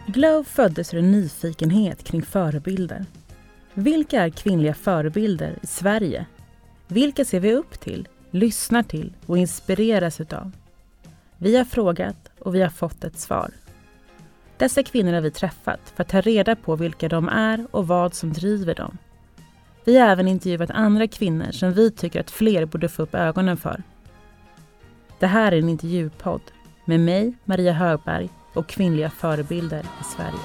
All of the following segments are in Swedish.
Glow föddes ur en nyfikenhet kring förebilder. Vilka är kvinnliga förebilder i Sverige? Vilka ser vi upp till, lyssnar till och inspireras utav? Vi har frågat och vi har fått ett svar. Dessa kvinnor har vi träffat för att ta reda på vilka de är och vad som driver dem. Vi har även intervjuat andra kvinnor som vi tycker att fler borde få upp ögonen för. Det här är en intervjupodd med mig, Maria Högberg, och kvinnliga förebilder i Sverige.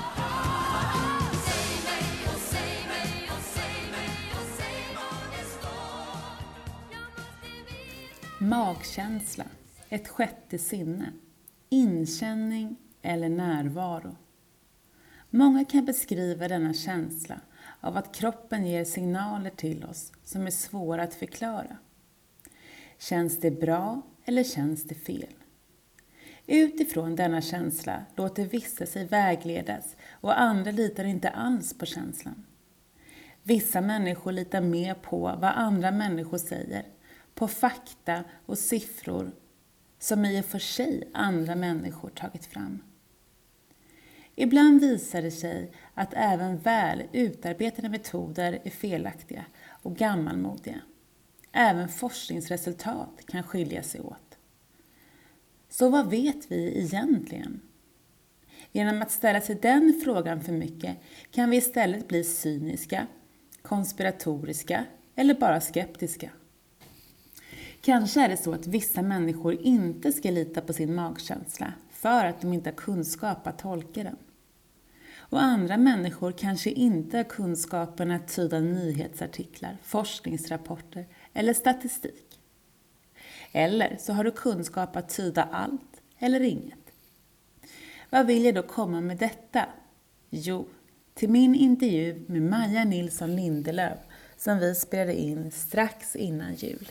Magkänsla, ett sjätte sinne, inkänning eller närvaro. Många kan beskriva denna känsla av att kroppen ger signaler till oss som är svåra att förklara. Känns det bra eller känns det fel? Utifrån denna känsla låter vissa sig vägledas och andra litar inte alls på känslan. Vissa människor litar mer på vad andra människor säger, på fakta och siffror som i och för sig andra människor tagit fram. Ibland visar det sig att även väl utarbetade metoder är felaktiga och gammalmodiga. Även forskningsresultat kan skilja sig åt. Så vad vet vi egentligen? Genom att ställa sig den frågan för mycket kan vi istället bli cyniska, konspiratoriska eller bara skeptiska. Kanske är det så att vissa människor inte ska lita på sin magkänsla för att de inte har kunskap att tolka den. Och andra människor kanske inte har kunskapen att tyda nyhetsartiklar, forskningsrapporter eller statistik. Eller så har du kunskap att tyda allt eller inget. Vad vill jag då komma med detta? Jo, till min intervju med Maja Nilsson Lindelöf som vi spelade in strax innan jul.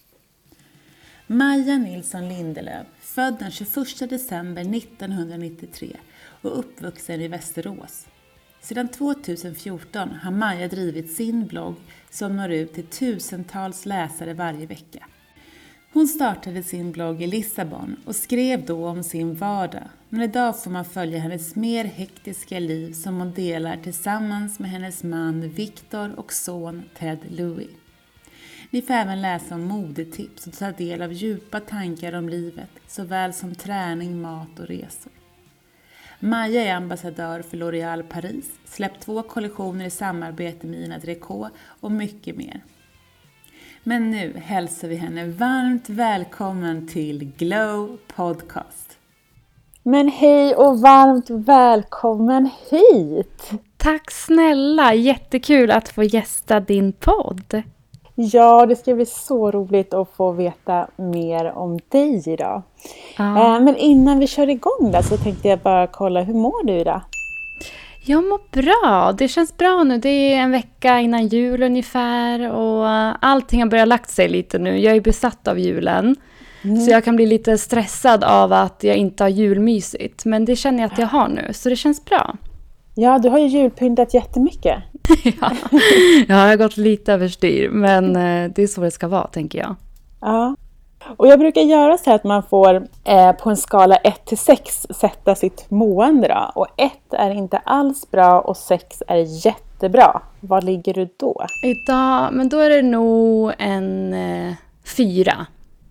Maja Nilsson Lindelöf, född den 21 december 1993 och uppvuxen i Västerås. Sedan 2014 har Maja drivit sin blogg som når ut till tusentals läsare varje vecka. Hon startade sin blogg i Lissabon och skrev då om sin vardag. Men idag får man följa hennes mer hektiska liv som hon delar tillsammans med hennes man Victor och son Ted Louis. Ni får även läsa om modetips och ta del av djupa tankar om livet, såväl som träning, mat och resor. Maja är ambassadör för L'Oréal Paris, släppt 2 kollektioner i samarbete med Ina Drecaux och mycket mer. Men nu hälsar vi henne varmt välkommen till Glow Podcast. Men hej och varmt välkommen hit! Tack snälla, jättekul att få gästa din podd. Ja, det ska bli så roligt att få veta mer om dig idag. Ja. Men innan vi kör igång där så tänkte jag bara kolla, hur mår du idag? Jag mår bra, det känns bra nu. Det är en vecka innan jul ungefär och allting har börjat lagt sig lite nu. Jag är besatt av julen så jag kan bli lite stressad av att jag inte har julmysigt. Men det känner jag att jag har nu, så det känns bra. Ja, du har ju julpyntat jättemycket. Ja, jag har gått lite överstyr, men det är så det ska vara, tänker jag. Ja, och jag brukar göra så här att man får på en skala 1-6 sätta sitt mående då. Och 1 är inte alls bra och 6 är jättebra. Var ligger du då? Idag, men då är det nog en 4.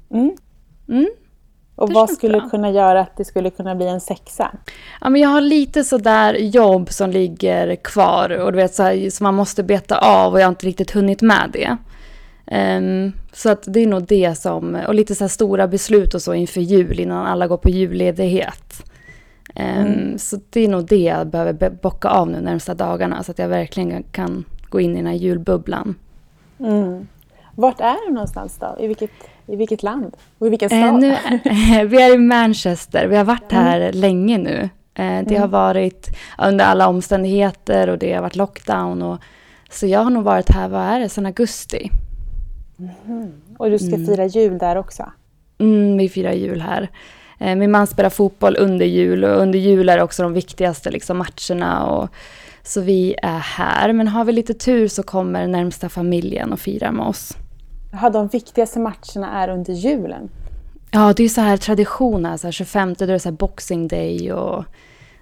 Och vad skulle kunna göra att det skulle kunna bli en 6? Ja, men jag har lite sådär jobb som ligger kvar och du vet, så här, som man måste beta av och jag har inte riktigt hunnit med det. Så att det är nog det som, och lite så här stora beslut och så inför jul innan alla går på julledighet. Så det är nog det jag behöver bocka av nu närmsta dagarna så att jag verkligen kan gå in i den här julbubblan. Vart är du någonstans då? I vilket land? Och i vilken stad? Vi är i Manchester. Vi har varit här länge nu. Det har varit under alla omständigheter och det har varit lockdown. Så jag har nog varit här, sedan augusti. Och du ska fira jul där också? Vi firar jul här. Min man spelar fotboll under jul och under jul är också de viktigaste liksom, matcherna. Så vi är här. Men har vi lite tur så kommer närmsta familjen och firar med oss. Ja, de viktigaste matcherna är under julen? Ja, det är så här traditioner. Så här 25, då är det så här Boxing Day och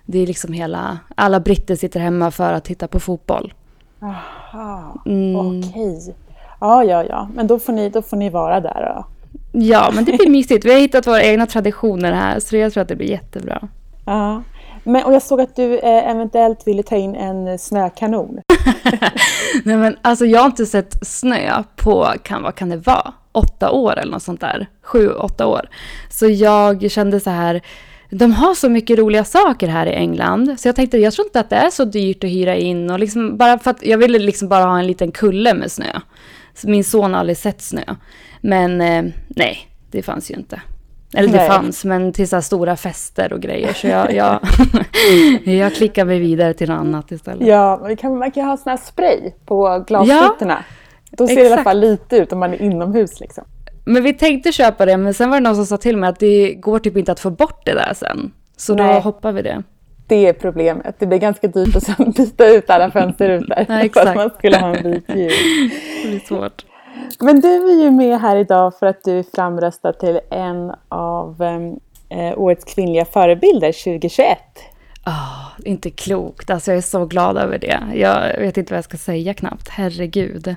det är liksom alla britter sitter hemma för att titta på fotboll. Aha, okej. Ja. Men då får ni vara där då. Ja, men det blir mysigt. Vi har hittat våra egna traditioner här, så jag tror att det blir jättebra. Ja. Och jag såg att du eventuellt ville ta in en snökanon. Nej, men alltså jag har inte sett snö på, vad kan det vara? 8 år eller något sånt där. 7-8 år. Så jag kände så här, de har så mycket roliga saker här i England. Så jag tänkte, jag tror inte att det är så dyrt att hyra in. Och liksom bara för att jag ville liksom bara ha en liten kulle med snö. Så min son har aldrig sett snö. Men nej, det fanns ju inte. Eller det fanns, men till så här stora fester och grejer. Så jag klickar mig vidare till något annat istället. Ja, man kan ha sån här spray på glasrutorna. Ja, då ser det i alla fall lite ut om man är inomhus liksom. Men vi tänkte köpa det, men sen var det någon som sa till mig att det går typ inte att få bort det där sen. Så då hoppar vi det. Det är problemet. Det blir ganska dyrt att sen byta ut alla fönsterrutor. Ja, exakt. För att man skulle ha en vit ljus. Det blir svårt. Men du är ju med här idag för att du är framröstad till en av årets kvinnliga förebilder 2021. Inte klokt. Alltså jag är så glad över det. Jag vet inte vad jag ska säga knappt. Herregud.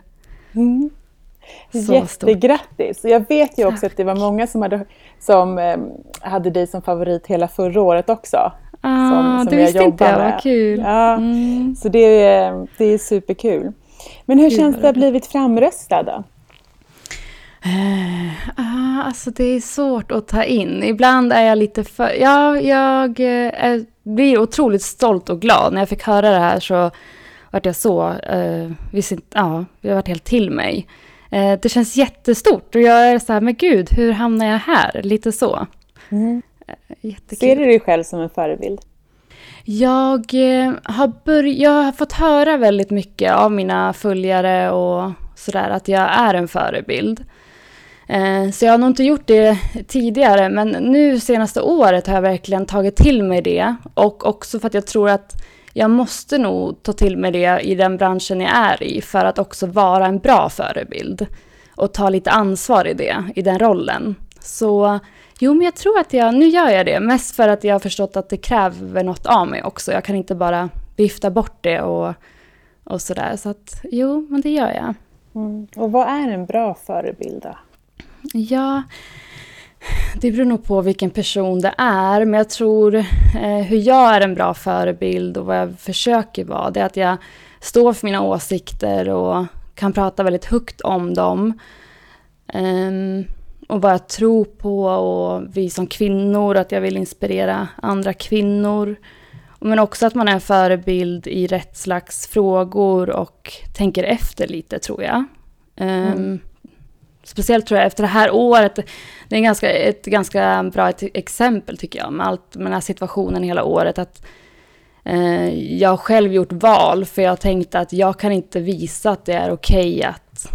Jättegrattis. Jag vet ju också att det var många som hade dig som favorit hela förra året också. Som det visste inte jag. Vad kul. Ja, så det är superkul. Men hur känns det att ha blivit framröstad då? Alltså det är svårt att ta in. Ibland är jag lite för... Jag blir otroligt stolt och glad. När jag fick höra det här så vart jag så... jag vart helt till mig. Det känns jättestort. Och jag är så här, men gud, hur hamnar jag här? Lite så. Ser du dig själv som en förebild? Jag har fått höra väldigt mycket av mina följare och sådär att jag är en förebild. Så jag har nog inte gjort det tidigare, men nu senaste året har jag verkligen tagit till mig det. Och också för att jag tror att jag måste nog ta till mig det i den branschen jag är i för att också vara en bra förebild. Och ta lite ansvar i den rollen. Så men jag tror att nu gör jag det. Mest för att jag har förstått att det kräver något av mig också. Jag kan inte bara vifta bort det och sådär. Så att men det gör jag. Och vad är en bra förebild då? Ja, det beror nog på vilken person det är. Men jag tror hur jag är en bra förebild och vad jag försöker vara. Det är att jag står för mina åsikter och kan prata väldigt högt om dem. Och vad jag tror på och vi som kvinnor, att jag vill inspirera andra kvinnor. Men också att man är en förebild i rätt slags frågor och tänker efter lite, tror jag. Speciellt tror jag efter det här året, det är ett ganska bra exempel tycker jag med den här situationen hela året. Att jag har själv gjort val för jag tänkte att jag kan inte visa att det är okej att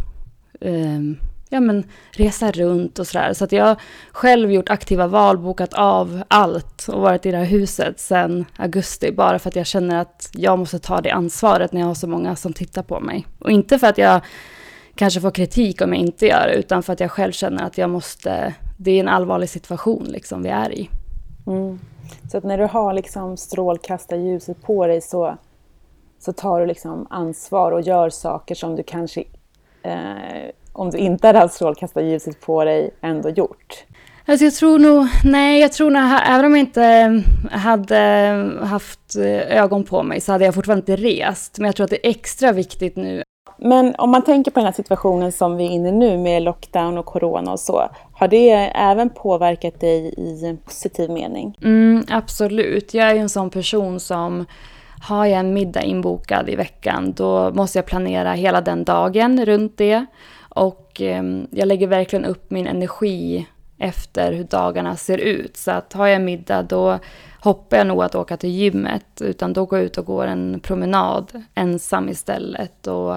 resa runt och sådär. Så att jag har själv gjort aktiva val, bokat av allt och varit i det här huset sedan augusti. Bara för att jag känner att jag måste ta det ansvaret när jag har så många som tittar på mig. Och inte för att jag kanske får kritik om jag inte gör det, utan för att jag själv känner att jag måste... Det är en allvarlig situation liksom vi är i. Så att när du har liksom strålkastarljuset på dig så tar du liksom ansvar och gör saker som du kanske... om du inte hade haft strålkastarljuset på dig ändå gjort? Alltså jag tror nog, även om jag inte hade haft ögon på mig så hade jag fortfarande inte rest. Men jag tror att det är extra viktigt nu. Men om man tänker på den här situationen som vi är inne nu med lockdown och corona och så. Har det även påverkat dig i positiv mening? Absolut. Jag är ju en sån person som... Har jag en middag inbokad i veckan, då måste jag planera hela den dagen runt det. Och jag lägger verkligen upp min energi efter hur dagarna ser ut. Så att har jag en middag, då hoppar jag nog att åka till gymmet. Utan då går jag ut och går en promenad ensam istället. Och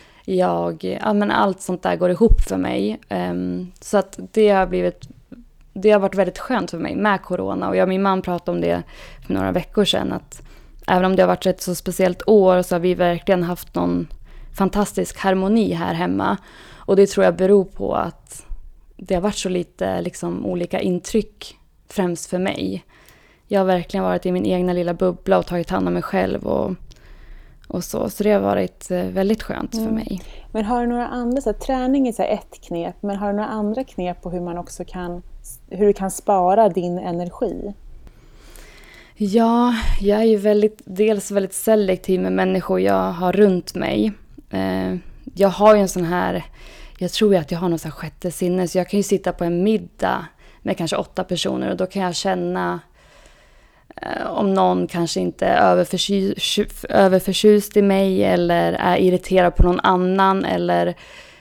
allt sånt där går ihop för mig. Så att det har varit väldigt skönt för mig med corona. Och jag och min man pratade om det för några veckor sedan, att även om det har varit ett så speciellt år så har vi verkligen haft någon fantastisk harmoni här hemma. Och det tror jag beror på att det har varit så lite liksom, olika intryck främst för mig jag har verkligen varit i min egna lilla bubbla och tagit hand om mig själv och så. Så det har varit väldigt skönt för mig. Men har du några andra, så här, träning är så här ett knep, men har du några andra knep på hur man också hur du kan spara din energi? Ja, jag är ju dels väldigt selektiv med människor jag har runt mig. Jag har ju en sån här, jag tror ju att jag har någon sån här sjätte sinne, så jag kan ju sitta på en middag med kanske 8 personer och då kan jag känna om någon kanske inte är överförtjust i mig eller är irriterad på någon annan, eller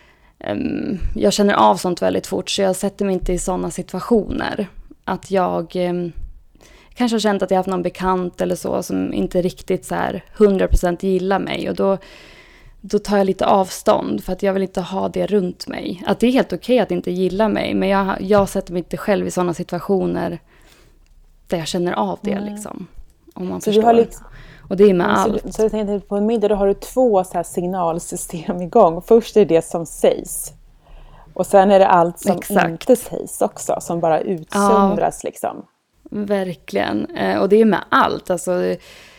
jag känner av sånt väldigt fort, så jag sätter mig inte i sådana situationer. Att jag kanske har känt att jag haft någon bekant eller så som inte riktigt så här 100% gillar mig, och då tar jag lite avstånd, för att jag vill inte ha det runt mig. Att det är helt okej att inte gilla mig, men jag sätter mig inte själv i sådana situationer där jag känner av det liksom. Om man förstår. Och det är med allt. Så jag tänkte på en middag, då har du 2 så här signalsystem igång. Först är det som sägs. Och sen är det allt som inte sägs också, som bara utsöndras liksom. Verkligen. Och det är med allt. Alltså,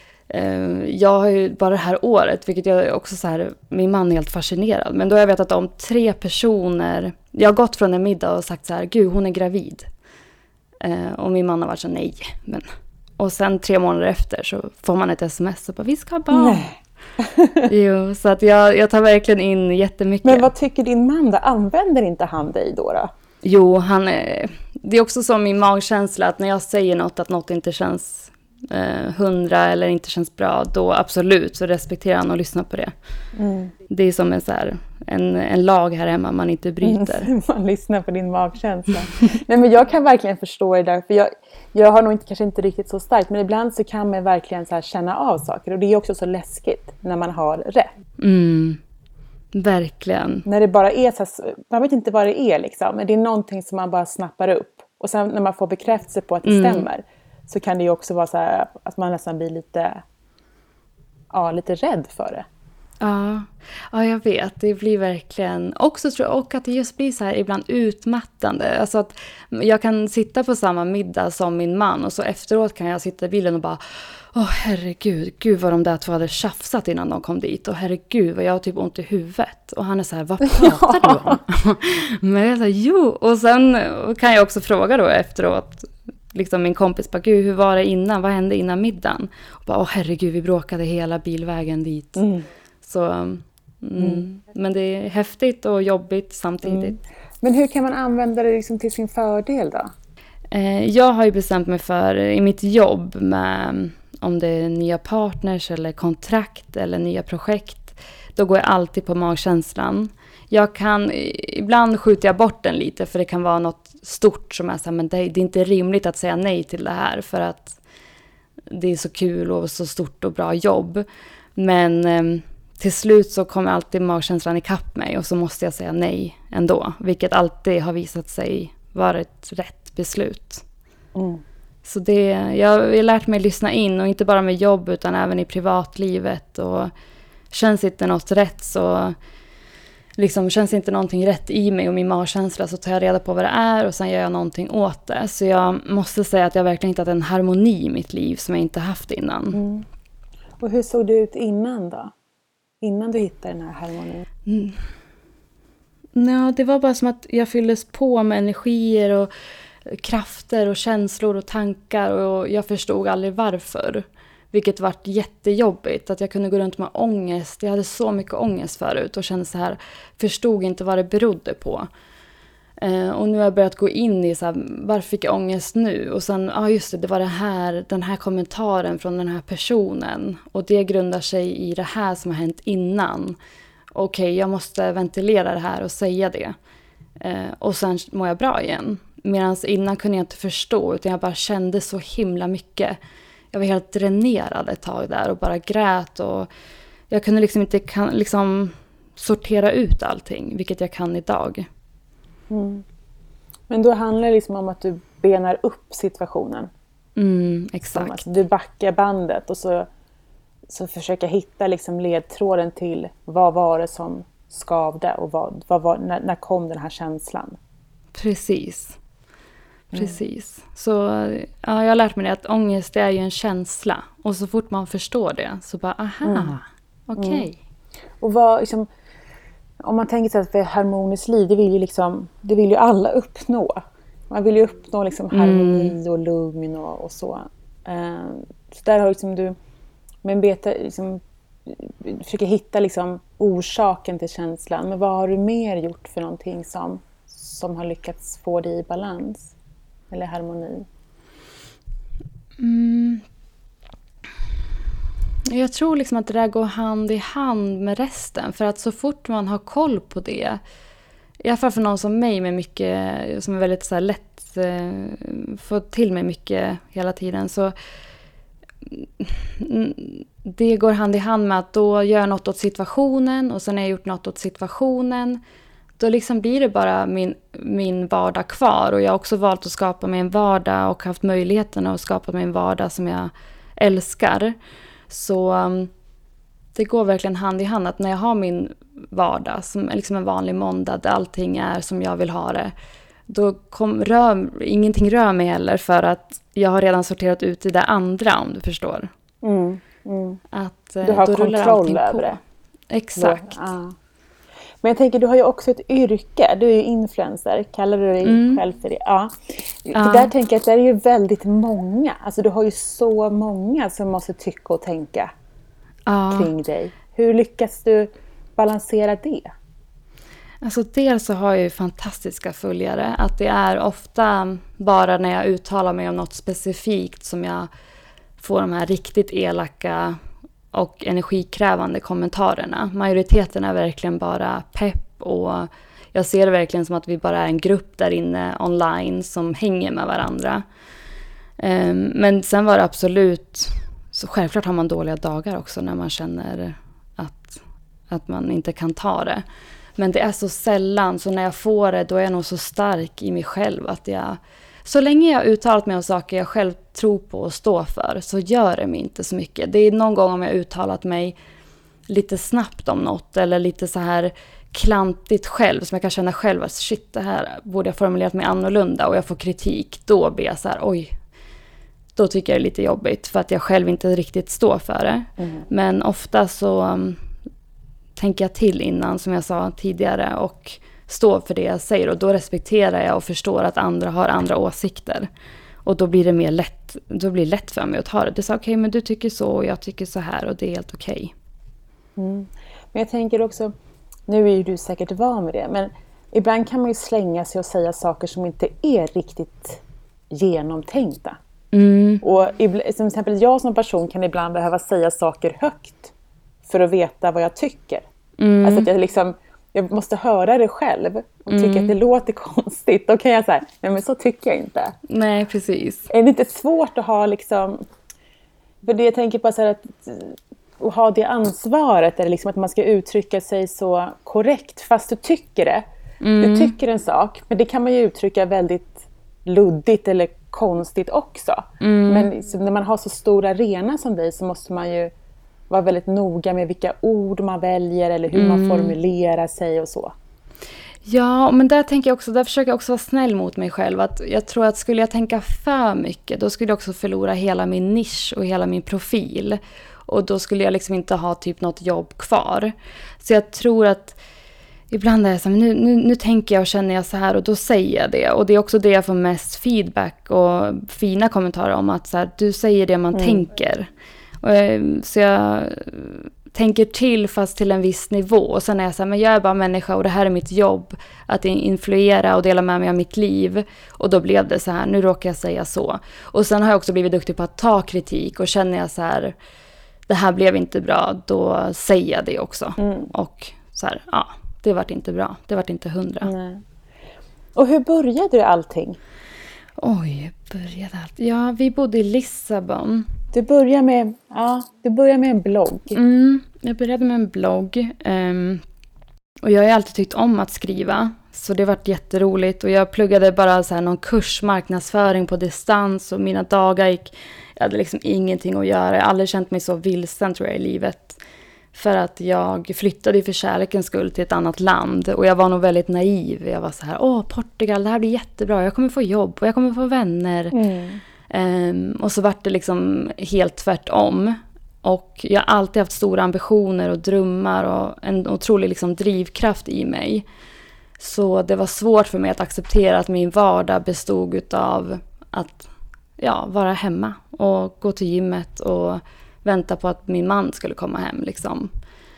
jag har ju bara det här året, vilket jag också så här, min man är helt fascinerad. Men då har jag vetat om 3 personer. Jag har gått från en middag och sagt så här, gud, hon är gravid. Och min man har varit så nej. Och sen 3 månader efter så får man ett sms och bara, vi ska ha barn. Nej. Jo, så att jag tar verkligen in jättemycket. Men vad tycker din man då? Använder inte han dig då? Jo, det är också som min magkänsla, att när jag säger något, att något inte känns 100 eller inte känns bra, då absolut så respekterar han och lyssnar på det. Det är som en lag här hemma man inte bryter. Man lyssnar på din magkänsla. Nej, men jag kan verkligen förstå det där, för jag har nog kanske inte riktigt så starkt, men ibland så kan man verkligen så här känna av saker, och det är också så läskigt när man har rätt. Verkligen. När det bara är så här, man vet inte vad det är liksom, men det är någonting som man bara snappar upp, och sen när man får bekräftelse på att det stämmer, så kan det ju också vara så här att man nästan blir lite rädd för det. Ja, jag vet. Det blir verkligen också, tror jag, och att det just blir så här ibland utmattande. Alltså att jag kan sitta på samma middag som min man, och så efteråt kan jag sitta i bilen och bara, herregud vad de där 2 hade tjafsat innan de kom dit. Och herregud vad jag har typ ont i huvudet. Och han är så här, vad pratar du om? Men jag säger, jo. Och sen kan jag också fråga då efteråt, liksom min kompis bara, gud, hur var det innan? Vad hände innan middagen? Och bara, herregud, vi bråkade hela bilvägen dit. Så, men det är häftigt och jobbigt samtidigt. Men hur kan man använda det liksom till sin fördel då? Jag har ju bestämt mig för, i mitt jobb, med om det är nya partners eller kontrakt eller nya projekt, då går jag alltid på magkänslan. Ibland skjuter jag bort den lite, för det kan vara något stort som är så här, men det är inte rimligt att säga nej till det här, för att det är så kul och så stort och bra jobb. Men till slut så kommer alltid magkänslan ikapp mig, och så måste jag säga nej ändå, vilket alltid har visat sig vara ett rätt beslut. Så jag har lärt mig lyssna in, och inte bara med jobb utan även i privatlivet, och känns inte något rätt, så liksom känns inte någonting rätt i mig och min magkänsla, så tar jag reda på vad det är och sen gör jag någonting åt det. Så jag måste säga att jag verkligen hittat en harmoni i mitt liv som jag inte haft innan. Och hur såg det ut innan då? Innan du hittade den här harmonin? Nej, det var bara som att jag fylldes på med energier och krafter och känslor och tankar, och jag förstod aldrig varför. Vilket var jättejobbigt, att jag kunde gå runt med ångest. Jag hade så mycket ångest förut och kände så här, förstod inte vad det berodde på. Och nu har jag börjat gå in i så här, varför fick jag ångest nu? Och sen, just det var den här kommentaren från den här personen. Och det grundar sig i det här som har hänt innan. Okej, jag måste ventilera det här och säga det. Och sen mår jag bra igen. Medan innan kunde jag inte förstå, utan jag bara kände så himla mycket. Jag var helt dränerad ett tag där och bara grät, och jag kunde liksom inte sortera ut allting, vilket jag kan idag. Men då handlar det liksom om att du benar upp situationen. Exakt. Alltså, du backar bandet och så försöker hitta liksom ledtråden till vad var det som skavde, och när kom den här känslan? Precis. Precis. Så ja, jag har lärt mig det att ångest det är ju en känsla. Och så fort man förstår det så bara, aha, okej. Och vad, liksom, om man tänker sig att för harmoniskt liv, det vill ju alla uppnå. Man vill ju uppnå liksom harmoni och lugn och så. Så där har liksom du, men liksom, försöker hitta liksom orsaken till känslan. Men vad har du mer gjort för någonting som har lyckats få dig i balans? Eller harmoni? Jag tror liksom att det där går hand i hand med resten. För att så fort man har koll på det, i alla fall för någon som mig med mycket, som är väldigt så här lätt, får till mig mycket hela tiden, så det går hand i hand med att då gör jag något åt situationen, och sen när jag gjort något åt situationen, då liksom blir det bara min vardag kvar. Och jag har också valt att skapa mig en vardag och haft möjligheten att skapa mig en vardag som jag älskar. Så det går verkligen hand i hand att när jag har min vardag som är liksom en vanlig måndag där allting är som jag vill ha det, då ingenting rör mig heller, för att jag har redan sorterat ut det där andra, om du förstår. Att du har då kontroll över det. Exakt. Ja. Men jag tänker, du har ju också ett yrke. Du är ju influencer. Kallar du dig själv för det? Ja. För där tänker jag att det är ju väldigt många. Alltså du har ju så många som måste tycka och tänka kring dig. Hur lyckas du balansera det? Alltså dels så har jag ju fantastiska följare. Att det är ofta bara när jag uttalar mig om något specifikt som jag får de här riktigt elaka och energikrävande kommentarerna. Majoriteten är verkligen bara pepp, och jag ser det verkligen som att vi bara är en grupp där inne online som hänger med varandra. Men sen var det absolut, så självklart har man dåliga dagar också när man känner att man inte kan ta det. Men det är så sällan, så när jag får det, då är jag nog så stark i mig själv att så länge jag uttalat mig om saker jag själv tror på och står för, så gör det mig inte så mycket. Det är någon gång om jag uttalat mig lite snabbt om något, eller lite så här klantigt själv, som jag kan känna själv att shit, det här borde jag formulerat mig annorlunda, och jag får kritik, då blir jag så här, oj, då tycker jag det är lite jobbigt, för att jag själv inte riktigt står för det. Men ofta så tänker jag till innan, som jag sa tidigare, och står för det jag säger, och då respekterar jag och förstår att andra har andra åsikter, och då blir det mer lätt, då blir det lätt för mig att ta det. Det är så okej, men du tycker så och jag tycker så här, och det är helt okej. Men jag tänker också, nu är ju du säkert van med det, men ibland kan man ju slänga sig och säga saker som inte är riktigt genomtänkta. Och som exempel jag som person kan ibland behöva säga saker högt för att veta vad jag tycker. Alltså att jag måste höra det själv och tycka att det låter konstigt. Då kan jag säga, nej men så tycker jag inte. Nej, precis. Är det inte svårt att ha liksom, för det jag tänker på så här, att ha det ansvaret, eller liksom att man ska uttrycka sig så korrekt fast du tycker det. Du tycker en sak, men det kan man ju uttrycka väldigt luddigt eller konstigt också. Men liksom, när man har så stor arena som dig, så måste man ju vara väldigt noga med vilka ord man väljer, eller hur man formulerar sig och så. Ja, men där försöker jag också vara snäll mot mig själv. Att jag tror att skulle jag tänka för mycket, då skulle jag också förlora hela min nisch och hela min profil. Och då skulle jag liksom inte ha typ något jobb kvar. Så jag tror att ibland är det så här, nu tänker jag och känner jag så här, och då säger jag det. Och det är också det jag får mest feedback och fina kommentarer om, att så här, du säger det man tänker. Så jag tänker till, fast till en viss nivå. Och sen är jag så här, men jag är bara människa och det här är mitt jobb, att influera och dela med mig av mitt liv. Och då blev det så här, nu råkar jag säga så. Och sen har jag också blivit duktig på att ta kritik, och känner jag så här, det här blev inte bra, då säger jag det också. Och så här, ja, det vart inte bra, det vart inte 100. Nej. Och hur började allting? Ja, vi bodde i Lissabon. Du började med en blogg. Jag började med en blogg. Och jag har alltid tyckt om att skriva. Så det varit jätteroligt. Och jag pluggade bara så här någon kurs, marknadsföring på distans. Och mina dagar jag hade liksom ingenting att göra. Jag har aldrig känt mig så vilsen, tror jag, i livet. För att jag flyttade för kärlekens skull till ett annat land. Och jag var nog väldigt naiv. Jag var så här, Portugal, det här blir jättebra. Jag kommer få jobb och jag kommer få vänner. Och så var det liksom helt tvärtom. Och jag har alltid haft stora ambitioner och drömmar och en otrolig liksom drivkraft i mig. Så det var svårt för mig att acceptera att min vardag bestod av att vara hemma och gå till gymmet och vänta på att min man skulle komma hem. Liksom.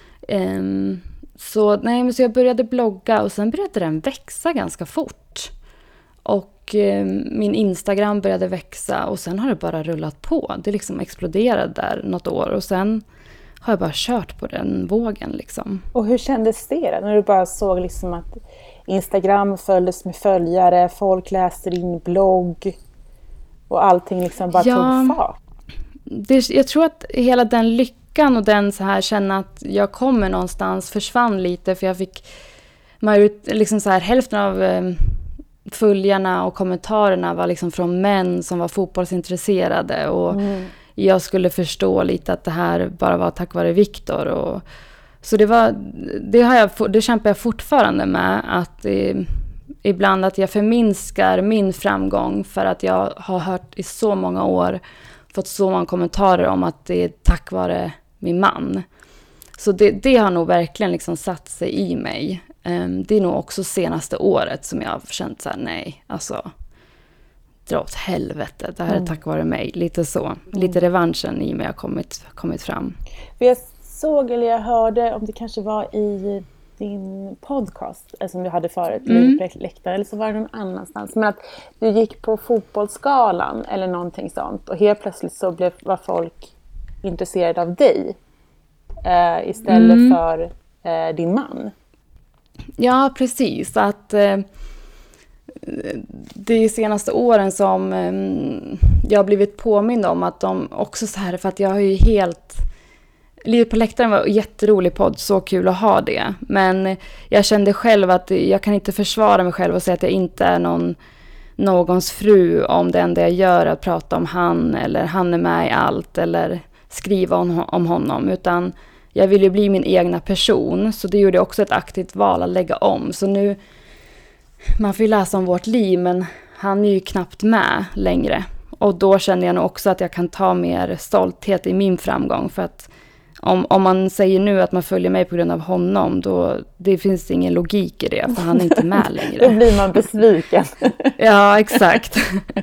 Så jag började blogga och sen började den växa ganska fort. Och min Instagram började växa och sen har det bara rullat på. Det liksom exploderade där något år och sen har jag bara kört på den vågen. Liksom. Och hur kändes det när du bara såg liksom att Instagram följdes med följare, folk läste din blogg och allting liksom bara tog fart? Jag tror att hela den lyckan och den så här känna att jag kommer någonstans försvann lite för jag fick liksom så här, hälften av följarna och kommentarerna var liksom från män som var fotbollsintresserade och jag skulle förstå lite att det här bara var tack vare Viktor och så det kämpar jag fortfarande med att ibland att jag förminskar min framgång för att jag har hört i så många år fått så många kommentarer om att det är tack vare min man. Så det har nog verkligen liksom satt sig i mig. Det är nog också senaste året som jag har känt så här, nej, alltså dra åt helvete, det här är tack vare mig. Lite så, lite revanschen i mig har kommit fram. För jag såg eller jag hörde, om det kanske var i din podcast som du hade förut, läktaren, eller så var det någon annanstans. Men att du gick på fotbollsskalan eller någonting sånt och helt plötsligt så var folk intresserade av dig istället för din man. Ja, precis. Att det är senaste åren som jag har blivit påmind om att de också så här, för att jag har ju helt... Livet på läktaren var en jätterolig podd, så kul att ha det. Men jag kände själv att jag kan inte försvara mig själv och säga att jag inte är någons fru om det enda jag gör är att prata om han eller han är med i allt eller skriva om honom. Utan jag vill ju bli min egna person, så det gjorde också ett aktivt val att lägga om. Så nu, man får ju läsa om vårt liv men han är ju knappt med längre. Och då känner jag nog också att jag kan ta mer stolthet i min framgång för att om man säger nu att man följer mig på grund av honom, då det finns ingen logik i det, för han är inte med längre. Då blir man besviken. Ja, exakt.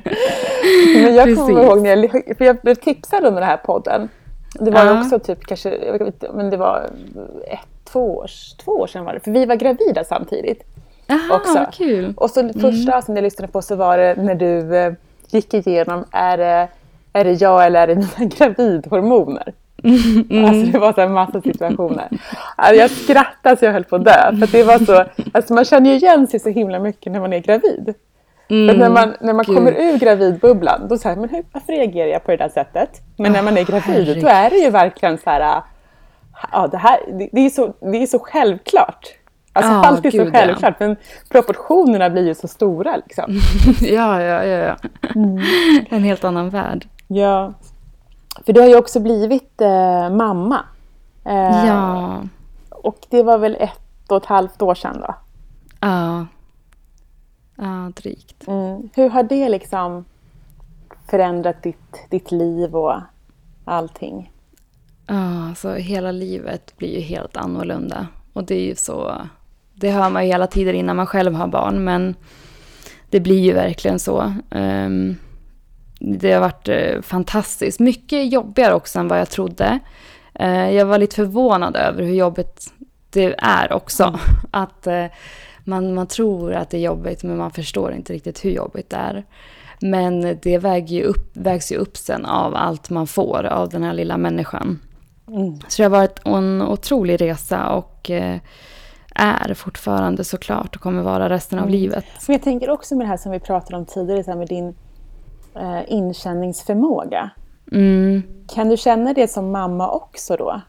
Men jag kommer ihåg när jag blev tipsad om den här podden. Det var ju också typ kanske, jag vet inte, men det var 2 år sedan var det. För vi var gravida samtidigt. Aha, vad kul. Och så första som jag lyssnade på så var det när du gick igenom, är det jag eller är det mina gravidhormoner? Alltså det var så en massa situationer. Alltså jag skrattade så jag höll på att dö. För det var så, alltså man känner ju igen sig så himla mycket när man är gravid. För när man kommer ur gravidbubblan, då säger man, varför reagerar jag på det där sättet? Men när man är gravid, då är det ju verkligen så här, det är så självklart. Alltså allt är så självklart, men proportionerna blir ju så stora liksom. Ja. En helt annan värld. Ja. För du har ju också blivit mamma. Ja. Och det var väl 1,5 år sedan då? Ja, drygt. Hur har det liksom förändrat ditt liv och allting? Ja, så hela livet blir ju helt annorlunda. Och det är ju så, det hör man ju hela tiden innan man själv har barn, men det blir ju verkligen så. Det har varit fantastiskt. Mycket jobbigare också än vad jag trodde. Jag var lite förvånad över hur jobbigt det är också. Att man tror att det är jobbigt, men man förstår inte riktigt hur jobbigt det är. Men det vägs ju upp sen av allt man får av den här lilla människan. Så det har varit en otrolig resa och är fortfarande såklart och kommer vara resten av livet. Men jag tänker också med det här som vi pratade om tidigare, så här med din inkänningsförmåga. Kan du känna det som mamma också då?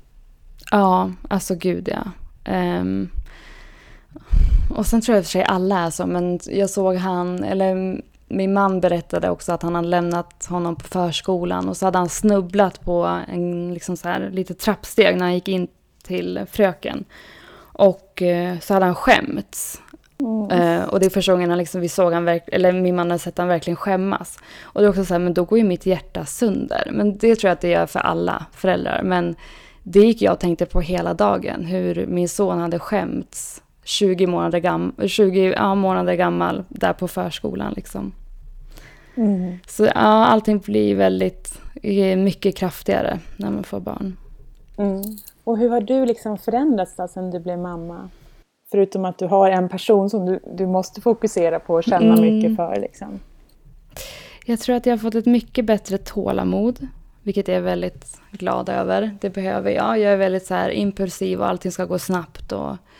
Ja, alltså gud ja. Och sen tror jag för sig alla är så, men jag såg min man berättade också att han hade lämnat honom på förskolan och så hade han snubblat på en liksom så här, lite trappsteg när han gick in till fröken. Och så hade han skämts. Och det är första gången liksom, vi såg han eller min man hade sett han verkligen skämmas. Och det är också så här, men då går ju mitt hjärta sönder. Men det tror jag att det gör för alla föräldrar. Men det gick jag och tänkte på hela dagen. Hur min son hade skämts 20 månader gammal där på förskolan liksom. Så ja, allting blir väldigt mycket kraftigare när man får barn. Och hur har du liksom förändrats då sen du blev mamma? Förutom att du har en person som du måste fokusera på och känna mycket för liksom. Jag tror att jag har fått ett mycket bättre tålamod. Vilket jag är väldigt glad över. Det behöver jag. Jag är väldigt så här impulsiv och allting ska gå snabbt.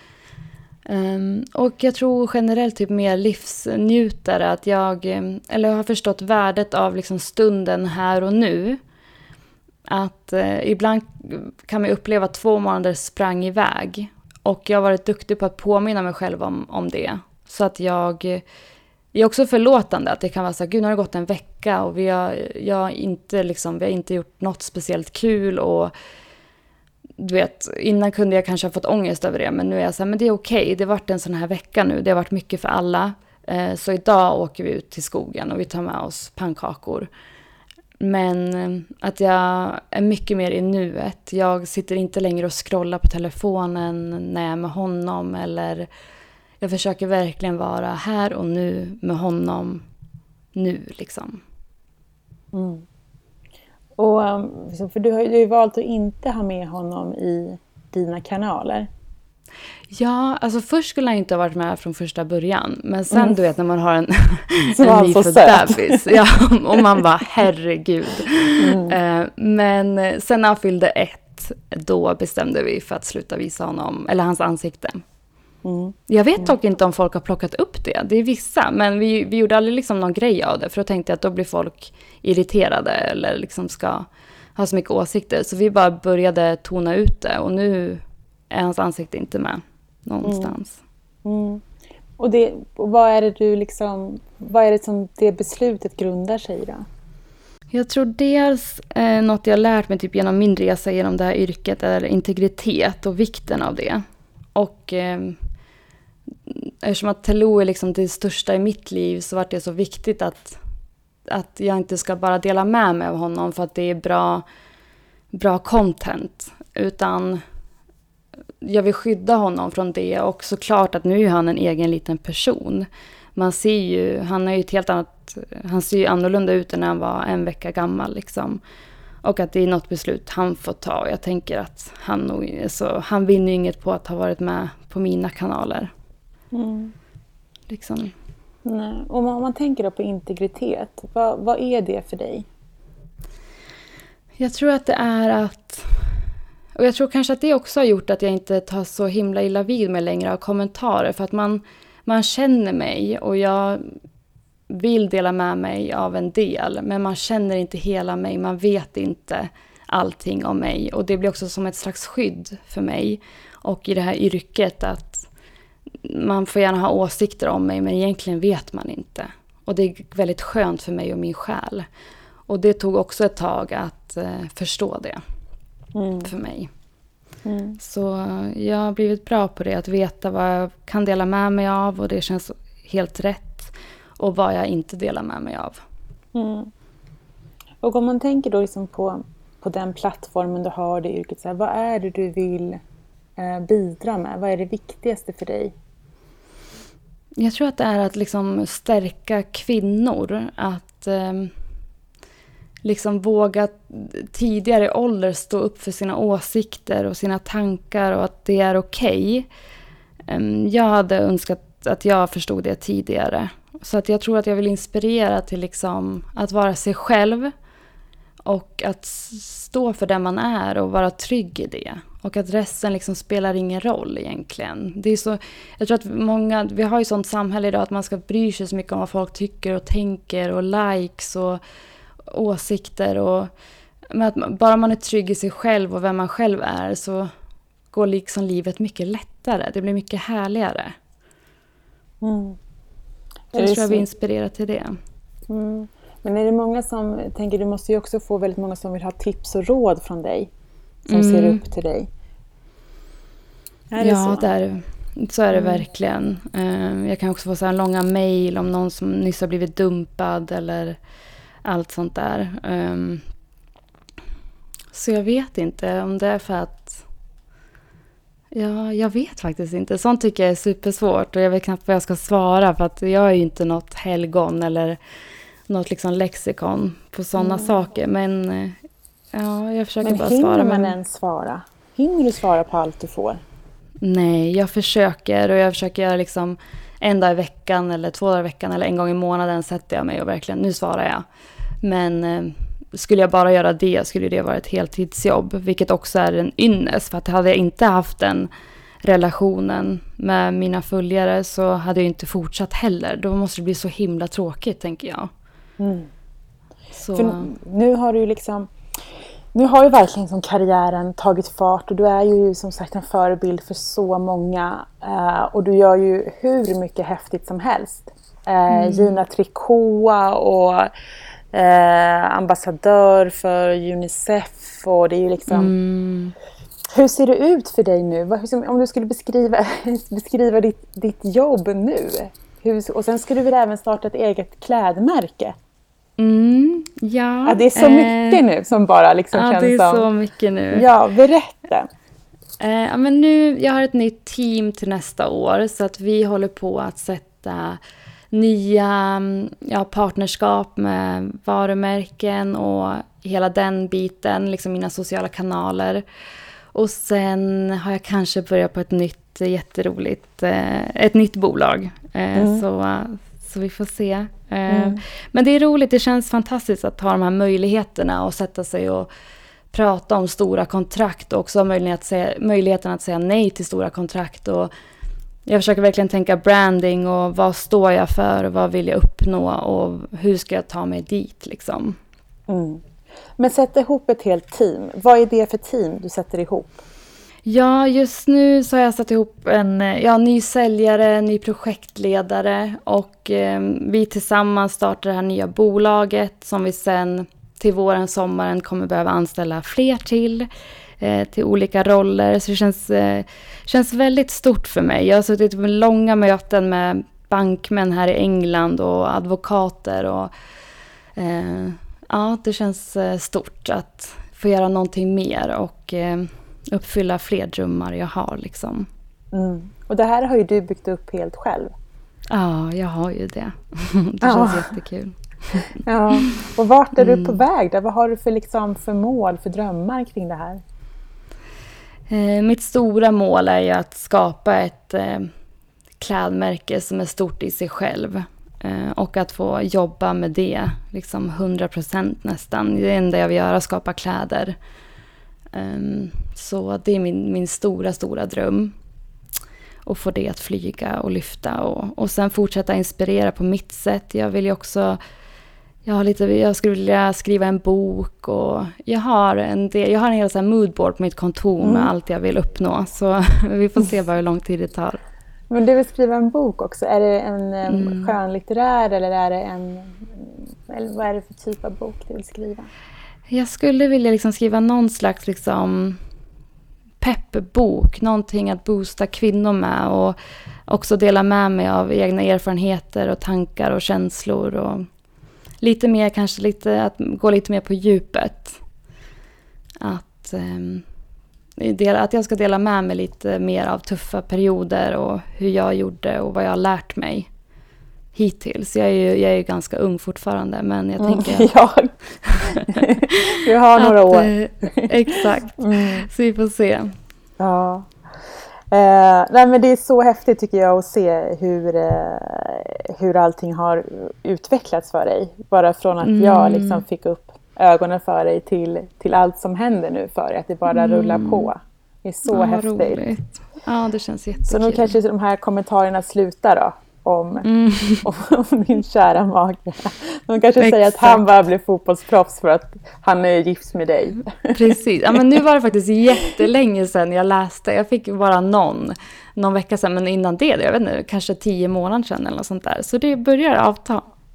Och jag tror generellt typ mer livsnjutare. Att jag har förstått värdet av liksom stunden här och nu. Att ibland kan man uppleva att 2 månader sprang iväg. Och jag har varit duktig på att påminna mig själv om det. Så att jag är också förlåtande. Att det kan vara så här, gud nu har det gått en vecka. Och vi har inte gjort något speciellt kul. Och du vet, innan kunde jag kanske ha fått ångest över det. Men nu är jag så här, men det är okej. Det har varit en sån här vecka nu. Det har varit mycket för alla. Så idag åker vi ut till skogen och vi tar med oss pannkakor. Men att jag är mycket mer i nuet. Jag sitter inte längre och scrollar på telefonen när jag är med honom. Eller jag försöker verkligen vara här och nu med honom nu liksom. Och för du har ju valt att inte ha med honom i dina kanaler. Ja, alltså först skulle han inte ha varit med från första början. Men sen du vet när man har en nyfödd bebis. Ja, och man bara herregud. Men sen när han fyllde 1, då bestämde vi för att sluta visa honom, eller hans ansikte. Jag vet dock inte om folk har plockat upp det. Det är vissa, men vi gjorde aldrig liksom någon grej av det. För då tänkte jag att då blir folk irriterade eller liksom ska ha så mycket åsikter. Så vi bara började tona ut det och nu är hans ansikte inte med någonstans. Och vad är det som det beslutet grundar sig i då? Jag tror dels något jag lärt mig typ genom min resa genom det här yrket är integritet och vikten av det. Och eftersom att Tello är liksom det största i mitt liv så var det så viktigt att jag inte ska bara dela med mig av honom för att det är bra content. Utan jag vill skydda honom från det och såklart att nu är han en egen liten person. Man ser ju, han är ju ett helt annat, han ser ju annorlunda ut än när han var 1 vecka gammal liksom. Och att det är något beslut han får ta. Jag tänker att han vinner ju inget på att ha varit med på mina kanaler. Liksom. Nej. Och om man tänker då på integritet, vad är det för dig? Jag tror att det är att... Och jag tror kanske att det också har gjort att jag inte tar så himla illa vid mig längre av kommentarer. För att man känner mig och jag vill dela med mig av en del. Men man känner inte hela mig, man vet inte allting om mig. Och det blir också som ett slags skydd för mig. Och i det här yrket att man får gärna ha åsikter om mig men egentligen vet man inte. Och det är väldigt skönt för mig och min själ. Och det tog också ett tag att förstå det för mig. Så jag har blivit bra på det, att veta vad jag kan dela med mig av och det känns helt rätt. Och vad jag inte delar med mig av. Och om man tänker då liksom på den plattformen du har i yrket, så här, vad är det du vill bidra med? Vad är det viktigaste för dig? Jag tror att det är att liksom stärka kvinnor. Att liksom våga tidigare ålder stå upp för sina åsikter och sina tankar och att det är okej. Jag hade önskat att jag förstod det tidigare. Så att jag tror att jag vill inspirera till liksom att vara sig själv och att stå för det man är och vara trygg i det. Och att resten liksom spelar ingen roll egentligen. Det är så, jag tror att vi har ju sånt samhälle idag att man ska bry sig så mycket om vad folk tycker och tänker och likes och åsikter. Men att bara man är trygg i sig själv och vem man själv är så går liksom livet mycket lättare. Det blir mycket härligare. Jag tror jag vill inspirera till det. Men är det många som tänker, du måste ju också få väldigt många som vill ha tips och råd från dig, som ser upp till dig. Är det så? Så är det verkligen. Jag kan också få så här långa mejl om någon som nyss har blivit dumpad eller allt sånt där. Så jag vet inte om det är för att... Ja, jag vet faktiskt inte. Sånt tycker jag är supersvårt och jag vet knappt vad jag ska svara, för att jag är ju inte något helgon eller något liksom lexikon på sådana saker. Men ja, jag försöker bara svara. Men hinner man ens svara? Hinner du svara på allt du får? Nej, jag försöker, och jag försöker göra liksom en dag i veckan eller 2 dagar i veckan eller en gång i månaden sätter jag mig och verkligen, nu svarar jag. Men skulle jag bara göra det skulle det vara ett heltidsjobb, vilket också är en ynnest, för att hade jag inte haft den relationen med mina följare så hade jag inte fortsatt heller. Då måste det bli så himla tråkigt, tänker jag. Så. För nu har du ju liksom... Nu har ju verkligen som karriären tagit fart, och du är ju som sagt en förebild för så många. Och du gör ju hur mycket häftigt som helst. Gina Tricot och ambassadör för Unicef. Och det är ju liksom... Hur ser det ut för dig nu? Om du skulle beskriva ditt jobb nu. Och sen skulle du väl även starta ett eget klädmärke. Ja, det är så mycket nu som bara liksom känns som... Ja, det är så mycket nu. Ja, berätta. Men nu, jag har ett nytt team till nästa år, så att vi håller på att sätta nya partnerskap med varumärken och hela den biten, liksom mina sociala kanaler. Och sen har jag kanske börjat på ett nytt jätteroligt, ett nytt bolag. Så vi får se. Men det är roligt, det känns fantastiskt att ha de här möjligheterna och sätta sig och prata om stora kontrakt och också möjligheten att säga nej till stora kontrakt. Och jag försöker verkligen tänka branding och vad står jag för och vad vill jag uppnå och hur ska jag ta mig dit liksom. Men sätta ihop ett helt team. Vad är det för team du sätter ihop? Ja, just nu så har jag satt ihop en ny säljare, ny projektledare, och vi tillsammans startar det här nya bolaget som vi sen till våren, sommaren kommer behöva anställa fler till olika roller. Så det känns väldigt stort för mig. Jag har suttit med långa möten med bankmän här i England och advokater, och det känns stort att få göra någonting mer och uppfylla fler drömmar jag har liksom. Och det här har ju du byggt upp helt själv. Ja, jag har ju det. Det känns jättekul. Ja, och vart är du på väg där? Vad har du för mål, för drömmar kring det här? Mitt stora mål är ju att skapa ett klädmärke som är stort i sig själv. Och att få jobba med det liksom 100% nästan. Det enda jag vill göra är att skapa kläder. Så det är min stora dröm. Och få det att flyga och lyfta. Och sen fortsätta inspirera på mitt sätt. Jag vill ju också... Jag skulle vilja skriva en bok. Och jag har en hel sån här moodboard på mitt kontor med allt jag vill uppnå. Så vi får se hur lång tid det tar. Men du vill skriva en bok också. Är det en skönlitterär eller är det eller vad är det för typ av bok du vill skriva? Jag skulle vilja liksom skriva någon slags liksom peppbok. Någonting att boosta kvinnor med. Och också dela med mig av egna erfarenheter och tankar och känslor. Och lite mer, att gå lite mer på djupet. Att jag ska dela med mig lite mer av tuffa perioder och hur jag gjorde och vad jag har lärt mig hittills. Jag är ju ganska ung fortfarande, men jag tänker... Ja, du har några år. Exakt, så vi får se. Ja. Men det är så häftigt tycker jag att se hur allting har utvecklats för dig. Bara från att jag liksom fick upp ögonen för dig till allt som händer nu för dig. Att det bara rullar på. Det är så häftigt. Roligt. Ja, det känns jättekul. Så nu kanske de här kommentarerna slutar då. Om min kära mage. De kanske säger att han bara blev fotbollsproffs för att han är gift med dig. Precis. Ja, men nu var det faktiskt jättelänge sedan jag läste. Jag fick bara någon vecka sedan. Men innan det, jag vet inte, kanske 10 månader sedan eller något sånt där. Så det börjar avta.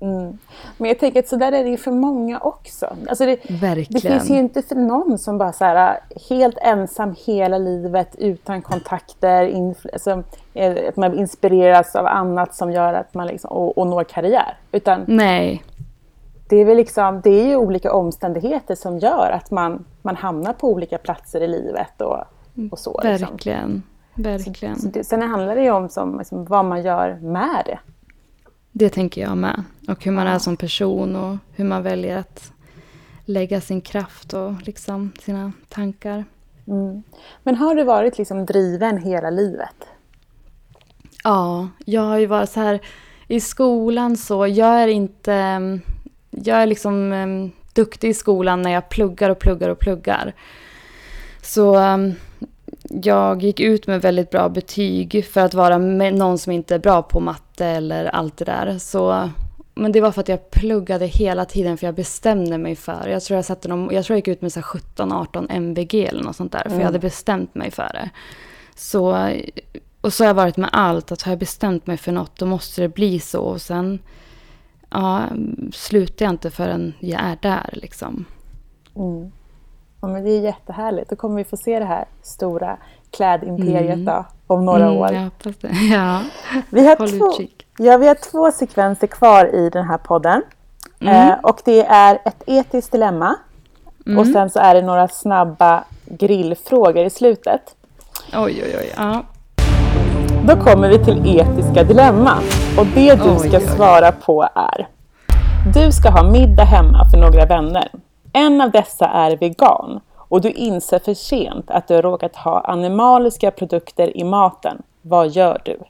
Men jag tänker att så där är det ju för många också. Alltså det Verkligen. finns ju inte för någon som bara så här, helt ensam hela livet utan kontakter, alltså, att man inspireras av annat som gör att man liksom, och når karriär. Utan Nej. det är väl liksom, det är ju olika omständigheter som gör att man hamnar på olika platser i livet och så. Verkligen. Verkligen. Sen handlar det ju om liksom, vad man gör med det. Det tänker jag med. Och hur man är som person och hur man väljer att lägga sin kraft och liksom sina tankar. Men har du varit liksom driven hela livet? Ja, jag har ju varit så här i skolan så. Jag är liksom duktig i skolan när jag pluggar. Så jag gick ut med väldigt bra betyg för att vara med någon som inte är bra på matte eller allt det där. Men det var för att jag pluggade hela tiden för jag bestämde mig för. Jag tror jag gick ut med 17-18 MVG eller något sånt där. För jag hade bestämt mig för det. Och så har jag varit med allt. Att har jag bestämt mig för något då måste det bli så. Och sen slutar jag inte förrän jag är där liksom. Ja, men det är jättehärligt. Då kommer vi få se det här stora klädimperiet då, om några år. Jag hoppas det. Ja. Vi har 2 sekvenser kvar i den här podden. Och det är ett etiskt dilemma. Och sen så är det några snabba grillfrågor i slutet. Oj. Ja. Då kommer vi till etiska dilemma. Och det du ska svara på är: du ska ha middag hemma för några vänner. En av dessa är vegan och du inser för sent att du har råkat ha animaliska produkter i maten. Vad gör du?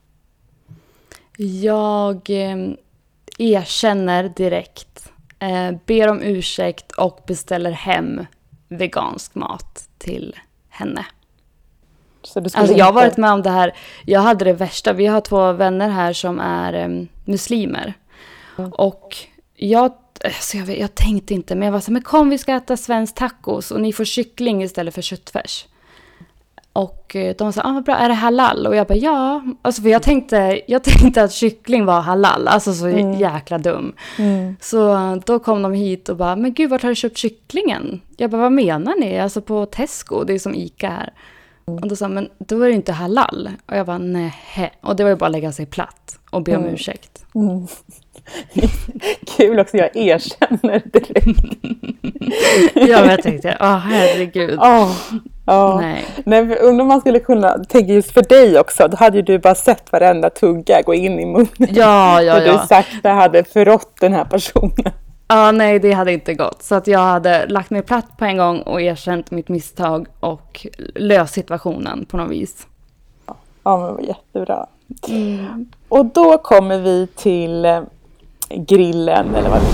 Jag erkänner direkt, ber om ursäkt och beställer hem vegansk mat till henne. Så du alltså jag har varit med om det här. Jag hade det värsta. Vi har 2 vänner här som är muslimer. Och jag tänkte inte, men jag var så här, men kom vi ska äta svensk tacos och ni får kyckling istället för köttfärs. Och de sa, vad bra, är det halal? Och jag bara, ja. Alltså för jag tänkte att kyckling var halal. Alltså så jäkla dum. Så då kom de hit och bara, men gud, vart har du köpt kycklingen? Jag bara, vad menar ni? Alltså på Tesco, det är som Ica här. Och då sa men då är det inte halal. Och jag bara, nej. Och det var ju bara att lägga sig platt och be om ursäkt. Kul också, jag erkänner direkt. Ja, men jag tänkte, herregud. Nej, undrar om man skulle kunna tänka just för dig också. Då hade ju du bara sett varenda tugga gå in i munnen. Ja. Du sakta hade förrått den här personen. Ja, nej, det hade inte gått. Så att jag hade lagt mig platt på en gång och erkänt mitt misstag och löst situationen på något vis. Ja, men jättebra. Och då kommer vi till grillen, eller vad?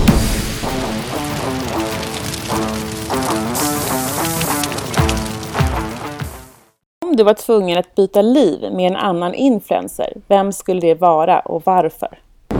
Om du var tvungen att byta liv med en annan influencer, vem skulle det vara och varför?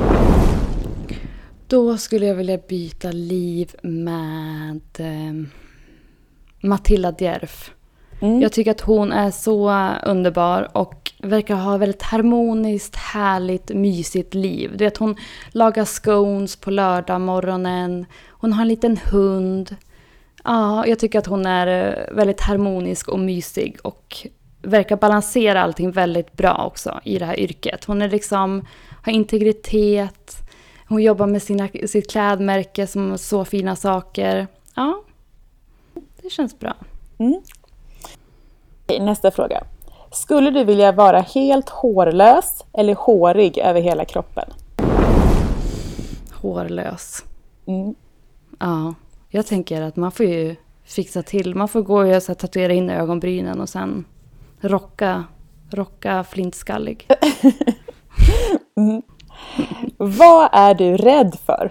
Då skulle jag vilja byta liv med Matilda Djerf. Jag tycker att hon är så underbar och verkar ha väldigt harmoniskt, härligt, mysigt liv. Du vet, hon lagar scones på lördag morgonen. Hon har en liten hund. Ja, jag tycker att hon är väldigt harmonisk och mysig och verkar balansera allting väldigt bra också i det här yrket. Hon är liksom, har integritet. Hon jobbar med sitt klädmärke som har så fina saker. Ja, det känns bra. Nästa fråga. Skulle du vilja vara helt hårlös eller hårig över hela kroppen? Hårlös. Ja, jag tänker att man får ju fixa till. Man får gå och tatuera in ögonbrynen och sen rocka flintskallig. Vad är du rädd för?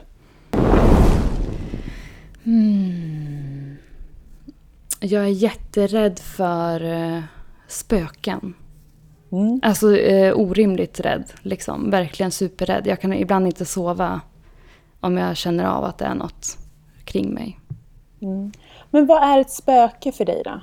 Jag är jätterädd för spöken. Alltså orimligt rädd. Liksom. Verkligen superrädd. Jag kan ibland inte sova om jag känner av att det är något kring mig. Men vad är ett spöke för dig då?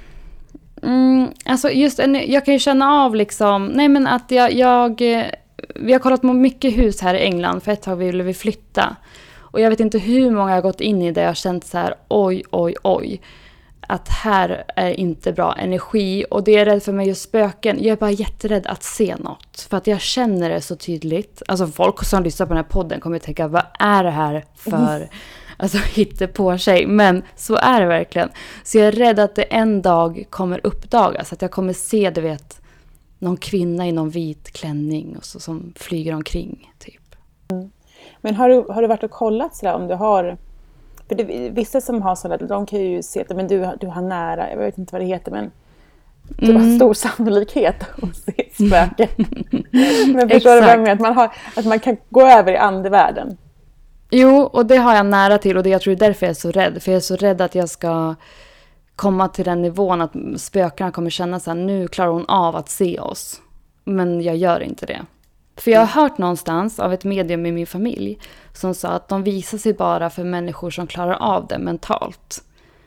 Alltså just jag kan ju känna av liksom, nej men att jag vi har kollat på mycket hus här i England, för ett tag ville vi flytta. Och jag vet inte hur många jag har gått in i det jag har känt så här, oj. Att här är inte bra energi, och det är rädd för mig just spöken. Jag är bara jätterädd att se något, för att jag känner det så tydligt. Alltså folk som lyssnar på den här podden kommer att tänka, vad är det här för hitta på sig? Men så är det verkligen. Så jag är rädd att det en dag kommer uppdagas, att jag kommer se, du vet, någon kvinna i någon vit klänning och så, som flyger omkring typ. Men har du varit och kollat sådär om du har... För vissa som har sådana, de kan ju se att men du har nära, jag vet inte vad det heter, men du har stor sannolikhet att se spöken. Men förstår du vad jag menar? Att man kan gå över i andevärlden. Jo, och det har jag nära till, och jag tror det är därför jag är så rädd. För jag är så rädd att jag ska komma till den nivån att spökarna kommer känna så här, nu klarar hon av att se oss. Men jag gör inte det. För jag har hört någonstans av ett medium i min familj som sa att de visar sig bara för människor som klarar av det mentalt.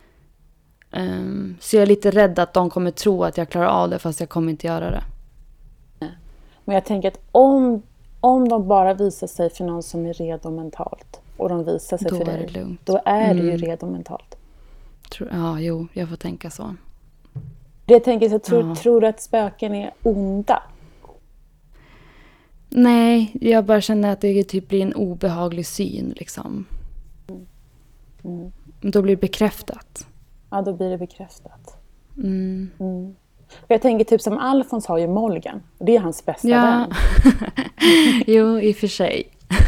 Så jag är lite rädd att de kommer tro att jag klarar av det, fast jag kommer inte göra det. Men jag tänker att om de bara visar sig för någon som är redo mentalt, och de visar sig då för är dig, det lugnt. Då är du ju redo mentalt. Jag får tänka så. Jag tänker så, tror du att spöken är onda? Nej, jag bara känner att det typ blir en obehaglig syn liksom. Då blir det bekräftat. Ja, då blir det bekräftat. Mm. För jag tänker typ som Alfons har ju Molgan. Det är hans bästa vän. Jo, i och för sig.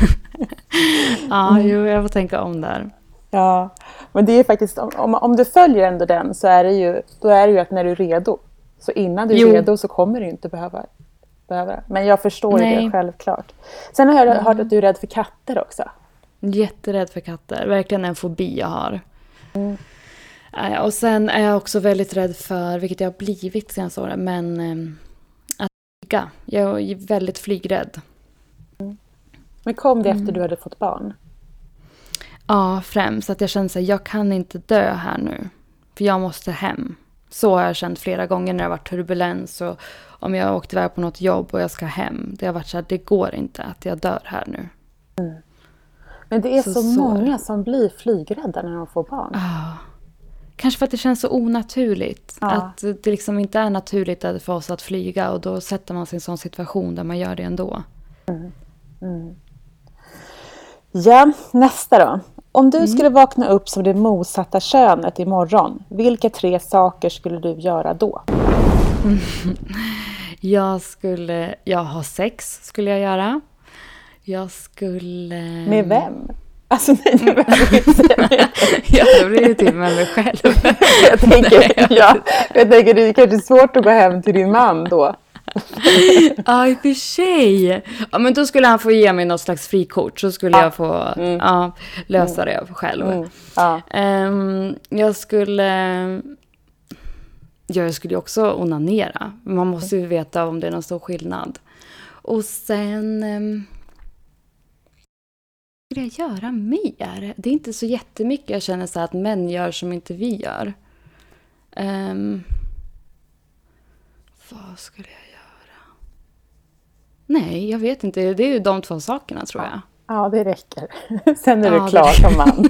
Jag får tänka om där. Ja, men det är faktiskt, om du följer ändå den, så är det ju, då är det ju att när du är redo. Så innan du är redo så kommer du inte behöva. Men jag förstår ju det självklart. Sen har jag hört att du är rädd för katter också. Jätterädd för katter. Verkligen en fobi jag har. Och sen är jag också väldigt rädd för, vilket jag har blivit senaste året, men att flyga. Jag är väldigt flygrädd. Men kom det efter du hade fått barn? Ja, främst att jag känner att jag kan inte dö här nu. För jag måste hem. Så har jag känt flera gånger när det har varit turbulens, och om jag har åkt iväg på något jobb och jag ska hem. Det har varit så här, det går inte att jag dör här nu. Men det är så många som blir flygrädda när de får barn. Kanske för att det känns så onaturligt. Att det liksom inte är naturligt för oss att flyga, och då sätter man sig i en sån situation där man gör det ändå. Ja, nästa då. Om du skulle vakna upp som det motsatta könet imorgon, vilka 3 saker skulle du göra då? Jag har sex skulle jag göra. Jag skulle... Med vem? Alltså nej, det behöver inte säga. Det blir ju till med mig själv. jag tänker det är kanske svårt att gå hem till din man då. Ja, i och för sig. Ja, men då skulle han få ge mig något slags frikort, så skulle jag få lösa det själv. Jag skulle också onanera. Man måste ju veta om det är någon stor skillnad. Och sen skulle jag göra mer? Det är inte så jättemycket jag känner så att män gör som inte vi gör. Vad skulle jag göra? Nej, jag vet inte. Det är ju de 2 sakerna, tror jag. Ja, det räcker. Sen är du klar som man.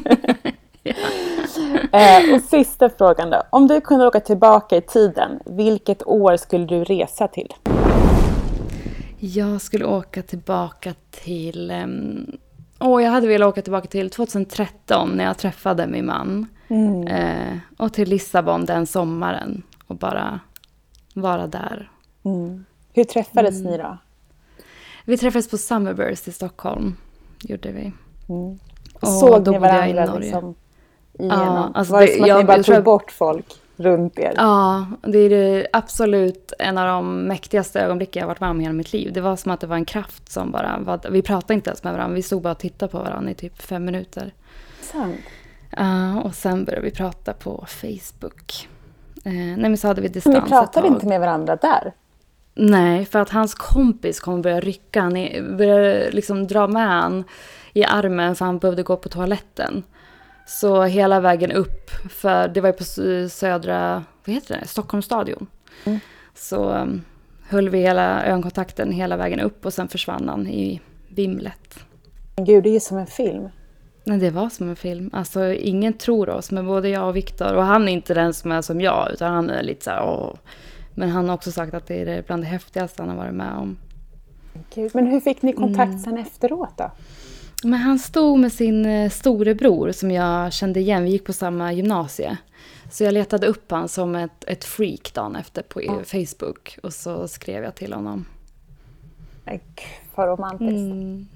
Och sista frågan då. Om du kunde åka tillbaka i tiden, vilket år skulle du resa till? Jag skulle åka tillbaka till... jag hade velat åka tillbaka till 2013 när jag träffade min man. Och till Lissabon den sommaren. Och bara vara där. Hur träffades ni då? Vi träffades på Summerburst i Stockholm. Gjorde vi. Och såg ni varandra liksom igenom? Var det som att ni bara tog bort folk runt er? Ja, det är absolut en av de mäktigaste ögonblicken jag varit med om i hela mitt liv. Det var som att det var en kraft som bara var, vi pratade inte ens med varandra. Vi stod bara och tittade på varandra i typ 5 minuter. Sant. Och sen började vi prata på Facebook. Men så hade vi distans. Men ni pratade inte med varandra där? Nej, för att hans kompis kom börja rycka. Han började liksom dra med han i armen för han behövde gå på toaletten. Så hela vägen upp, för det var ju på södra, Stockholms stadion. Så höll vi hela ögonkontakten hela vägen upp och sen försvann han i vimlet. Gud, det är ju som en film. Men det var som en film. Alltså ingen tror oss, men både jag och Viktor, och han är inte den som är som jag, utan han är lite så här, åh. Men han har också sagt att det är bland det häftigaste han har varit med om. Gud, men hur fick ni kontakt sen efteråt då? Men han stod med sin storebror som jag kände igen. Vi gick på samma gymnasie. Så jag letade upp han som ett freak dagen efter på Facebook. Och så skrev jag till honom. Men gud, vad romantiskt.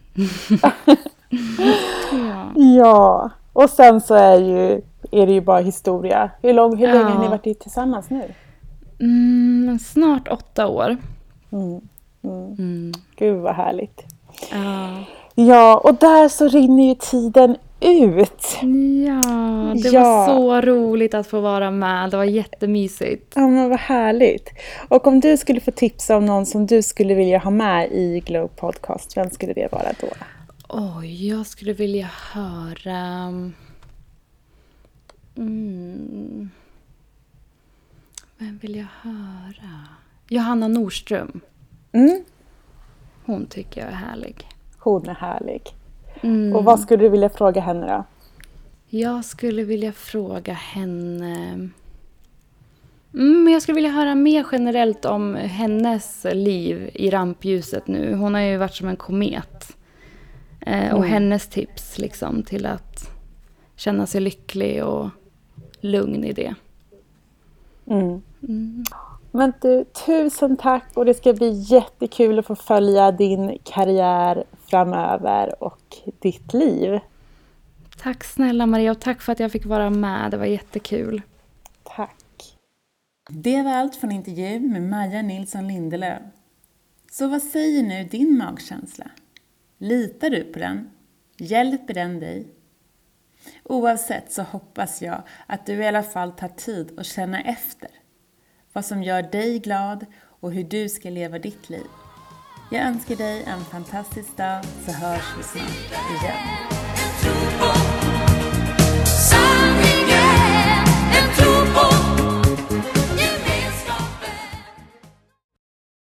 Ja. Ja, och sen så är det ju bara historia. Hur länge har ni varit tillsammans nu? Snart 8 år. Gud vad härligt. Ja. Ja, och där så rinner ju tiden ut. Ja, det var så roligt att få vara med. Det var jättemysigt. Ja, men vad härligt. Och om du skulle få tipsa om någon som du skulle vilja ha med i Glow Podcast, vem skulle det vara då? Oj, jag skulle vilja höra... Vem vill jag höra? Johanna Nordström. Hon tycker jag är härlig. Hon är härlig. Och vad skulle du vilja fråga henne då? Jag skulle vilja fråga henne... jag skulle vilja höra mer generellt om hennes liv i rampljuset nu. Hon har ju varit som en komet. Och hennes tips liksom till att känna sig lycklig och lugn i det. Men du, tusen tack, och det ska bli jättekul att få följa din karriär framöver och ditt liv. Tack snälla Maria, och tack för att jag fick vara med. Det var jättekul. Tack. Det var allt från intervjun med Maja Nilsson Lindelöf. Så vad säger nu din magkänsla? Litar du på den? Hjälper den dig? Oavsett så hoppas jag att du i alla fall tar tid att känna efter vad som gör dig glad och hur du ska leva ditt liv. Jag önskar dig en fantastisk dag, så hörs vi snart igen.